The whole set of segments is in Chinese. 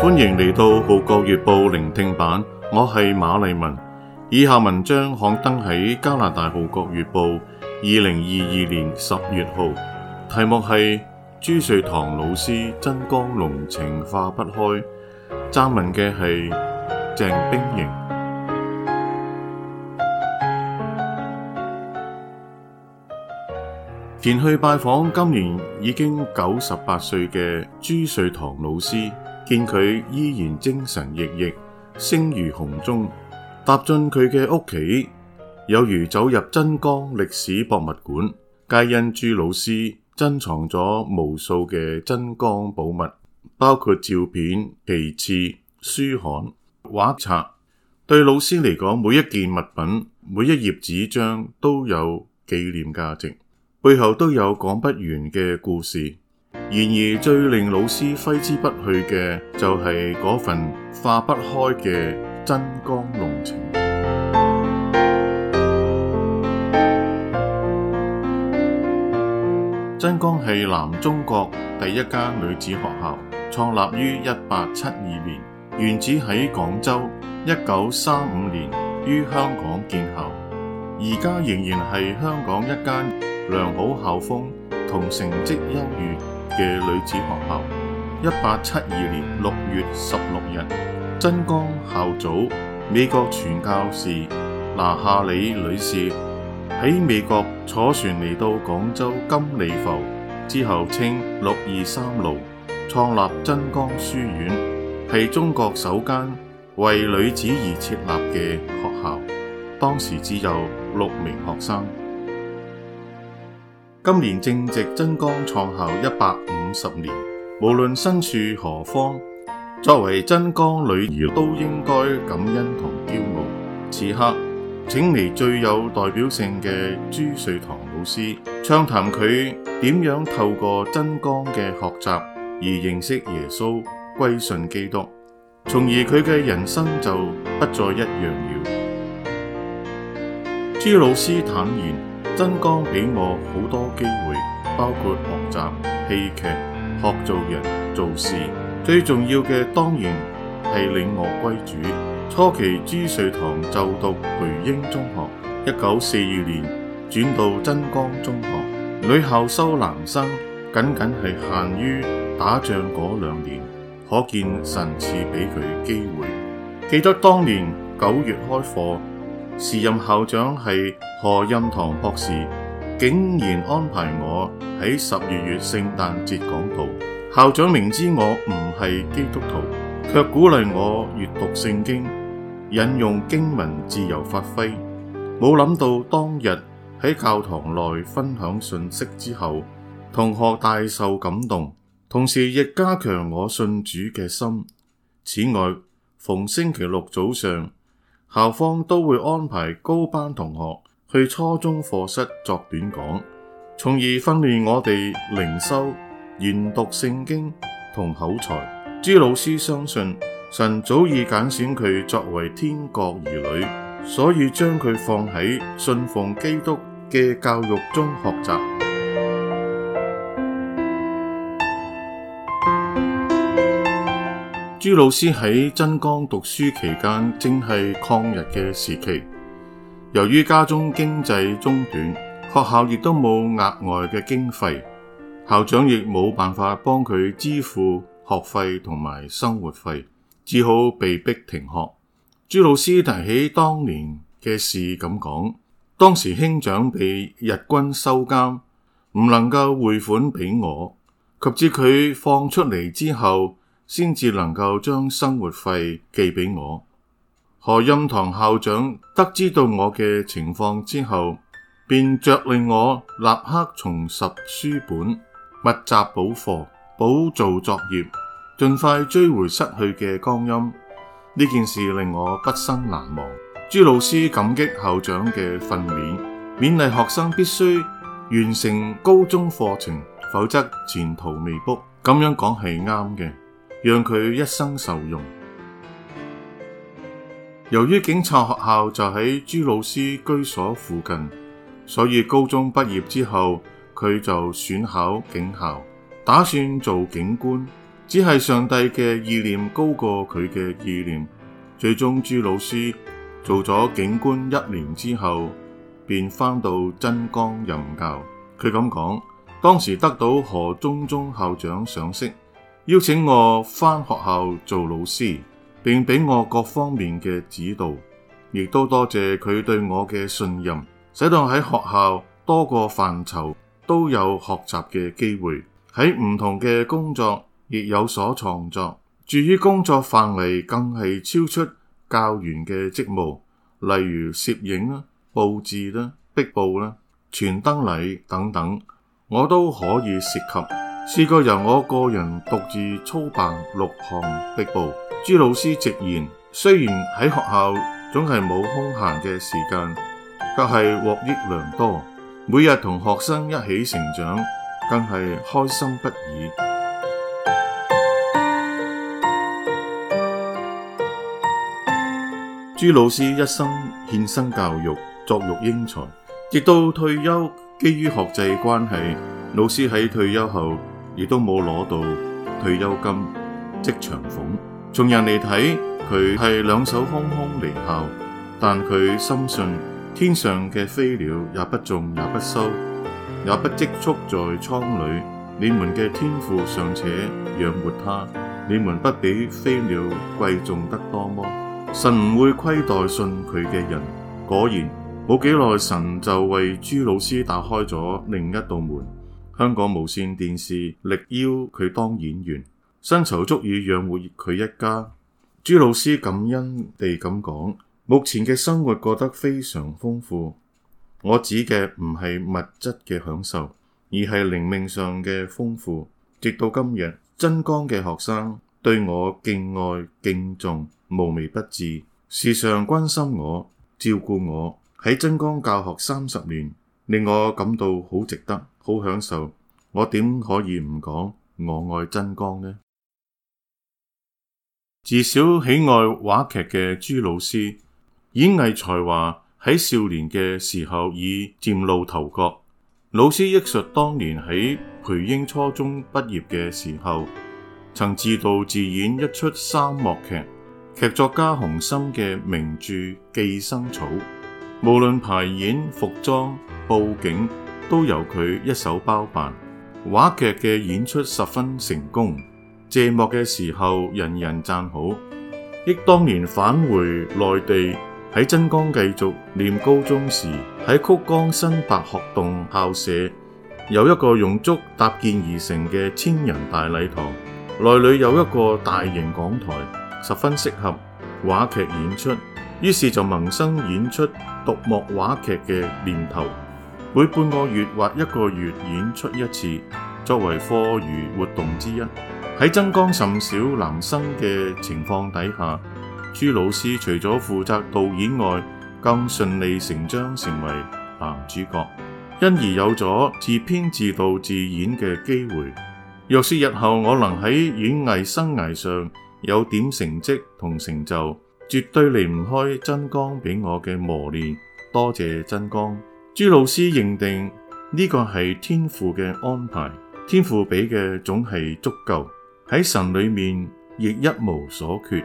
歡迎嚟到《號角月報》聆聽版，我係馬麗文。以下文章刊登喺加拿大《號角月報》2022年10月號，題目係朱瑞堂老師真光濃情化不開，撰文嘅係鄭冰瑩。前去拜訪今年已經98歲嘅朱瑞堂老師，見佢依然精神奕奕，聲如洪鐘。踏進佢嘅屋企，有如走入真光歷史博物館，皆因朱老師珍藏咗無數嘅真光寶物，包括照片、旗幟、書刊、畫冊。對老師嚟講，每一件物品、每一頁紙張都有紀念價值，背後都有講不完嘅故事。然而最令老師揮之不去嘅，就係嗰份化不開嘅真光濃情。真光係南中國第一間女子學校，創立於1872年，原址喺廣州，1935年於香港建校，而家仍然係香港一間良好校風同成績優越嘅女子學校。1872年6月16日，真光校祖美國傳教士拿夏里女士喺美國坐船嚟到廣州金利浮，之後稱623路，創立真光書院，係中國首間為女子而設立嘅學校，當時只有6名學生。今年正值真光創校150年，無論身處何方，作為真光女兒都應該感恩同驕傲。此刻請嚟最有代表性嘅朱瑞堂老師，暢談佢點樣透過真光嘅學習而認識耶穌、歸信基督，從而佢嘅人生就不再一樣了。朱老師坦言，真光俾我好多機會，包括學習、戲劇、學做人、做事，最重要嘅當然係領我歸主。初期朱瑞堂就讀培英中學，1942年轉到真光中學，女校收男生僅係限於打仗嗰2年，可見神賜俾佢機會。記得當年9月開課，時任校長係何蔭堂博士，竟然安排我喺12月聖誕節講道。校長明知我唔係基督徒，卻鼓勵我閱讀聖經，引用經文自由發揮。冇諗到當日喺教堂內分享信息之後，同學大受感動，同時亦加強我信主嘅心。此外，逢星期六早上，校方都會安排高班同學去初中課室作短講，從而訓練我哋靈修、研讀聖經同口才。朱老師相信神早已揀選佢作為天國兒女，所以將佢放喺信奉基督嘅教育中學習。朱老師喺真光讀書期間正係抗日嘅時期，由於家中經濟中斷，學校亦都冇額外嘅經費，校長亦冇辦法幫佢支付學費同埋生活費，只好被迫停學。朱老師提起當年嘅事咁講，當時兄長被日軍收監，唔能夠匯款俾我，及至佢放出嚟之後，先至能夠將生活費寄俾我。何蔭堂校長得知到我嘅情況之後，便着令我立刻重拾書本，密集補課，補做作業，盡快追回失去嘅光陰。呢件事令我畢生難忘。朱老師感激校長嘅訓勉，勉勵學生必須完成高中課程，否則前途未卜。咁樣講係啱嘅，讓佢一生受用。由於警察學校就喺朱老師居所附近，所以高中畢業之後，佢就選考警校，打算做警官。 只係上帝嘅意念高過佢嘅意念。最終朱老師做咗警官1年之後，便返到真光任教。佢咁講，當時得到何中中校長賞識，邀請我返學校做老師，並俾我各方面嘅指導，亦都多謝佢對我嘅信任，使到喺學校多個範疇都有學習嘅機會，喺唔同嘅工作亦有所創作。至於工作範圍更係超出教員嘅職務，例如攝影啦、佈置啦、壁報啦、傳燈禮等等，我都可以涉及。試過由我個人獨自操辦6項壁報。朱老師直言，雖然喺學校總係冇空閒嘅時間，卻係獲益良多。每日同學生一起成長，更係開心不已。朱老師一生獻身教育，作育英才，直到退休。基於學制關係，老師喺退休後亦都冇攞到退休金、職長俸。從人嚟睇，佢係兩手空空離校，但佢深信天上嘅飛鳥也不種也不收，也不積蓄在倉裏。你們嘅天父尚且養活他，你們不比飛鳥貴重得多麼？神唔會虧待信佢嘅人。果然冇幾耐，神就為朱老師打開咗另一道門。香港無線電視力邀佢當演員，薪酬足以養活佢一家。朱老師感恩地咁講，目前嘅生活過得非常豐富。我指嘅唔係物質嘅享受，而係靈命上嘅豐富。直到今日，真光嘅學生對我敬愛敬重，無微不至，時常關心我，照顧我。喺真光教學30年，令我感到好值得，好享受。我點可以唔講我愛真光呢？自小喜愛話劇嘅朱老師，演藝才華喺少年嘅時候已嶄露頭角。老師憶述當年喺培英初中畢業嘅時候，曾自導自演一出3幕劇，劇作家洪森嘅名著《寄生草》，無論排演、服裝、佈景，都由佢一手包辦。話劇嘅演出十分成功，謝幕嘅時候人人讚好。憶當年返回內地，喺真光繼續念高中時，喺曲江新白學洞校舍有一個用竹搭建而成嘅1000人大禮堂，內裏有一個大型講台，十分適合話劇演出。於是就萌生演出獨幕話劇嘅念頭，每半個月或1個月演出一次，作為課餘活動之一。喺真光甚少男生嘅情況底下，朱老師除咗負責導演外，更順理成章成為男主角，因而有咗自編自導自演嘅機會。若是日後我能喺演藝生涯上有點成績同成就，絕對離唔開真光俾我嘅磨練。多謝真光。朱老師認定呢個係天父嘅安排，天父俾嘅總係足夠，喺神裏面亦一無所缺。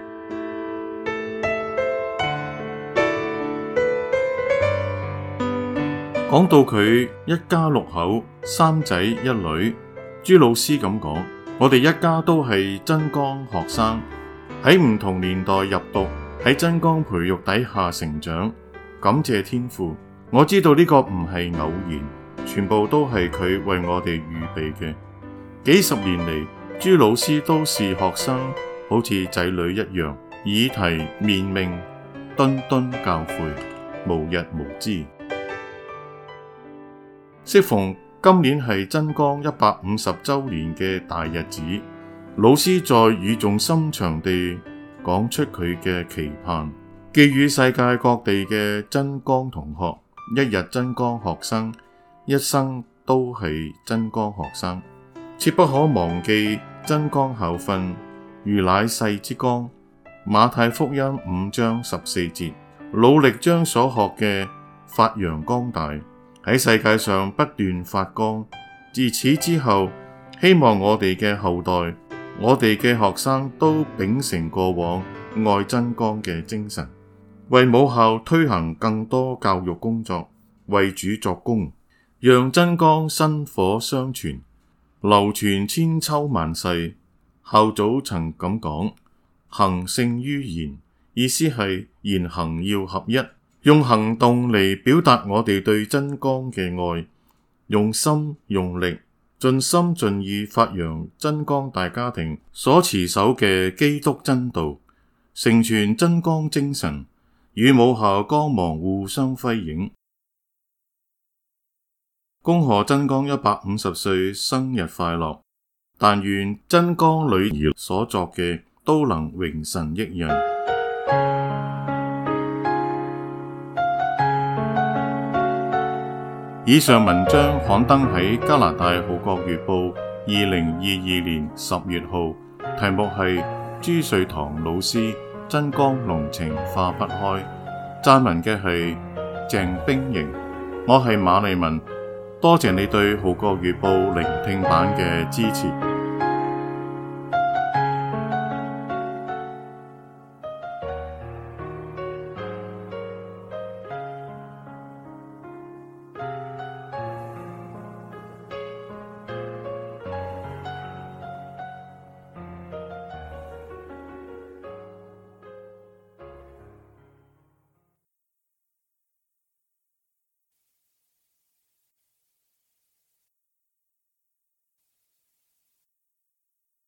講到佢一家6口，3仔1女，朱老師咁講，我哋一家都係真光學生，喺唔同年代入讀，喺真光培育底下成長。感謝天父，我知道呢個唔係偶然，全部都係佢為我哋預備嘅。幾十年嚟，朱老師都視學生好似仔女一樣，以提面命，敦敦教誨，無日無之。適逢今年係真光150週年嘅大日子，老師再語重心長地講出佢嘅期盼，寄予世界各地嘅真光同學，一日真光學生，一生都係真光學生，切不可忘記真光校訓，如乃世之光。馬太福音5章14節，努力將所學嘅發揚光大，喺世界上不斷發光。自此之後，希望我哋嘅後代， 我哋嘅學生都秉承過往愛真光嘅精神，為母校推行更多教育工作，為主作工，讓真光薪火相傳，流傳千秋萬世。校祖曾咁講，行勝於言，意思係言行要合一，用行動嚟表達我哋對真光嘅愛，用心用力，盡心盡意發揚真光大家庭所持守嘅基督真道，承傳真光精神，與母校光芒互相輝映。恭賀真光150歲生日快樂！但願真光女兒所作嘅都能榮神益人。以上文章刊登喺加拿大《號角月報》2022年10月號，題目係朱瑞堂老師真光濃情化不開。撰文嘅係鄭冰瑩，我係馬麗文，多謝你對《號角月報》聆聽版嘅支持。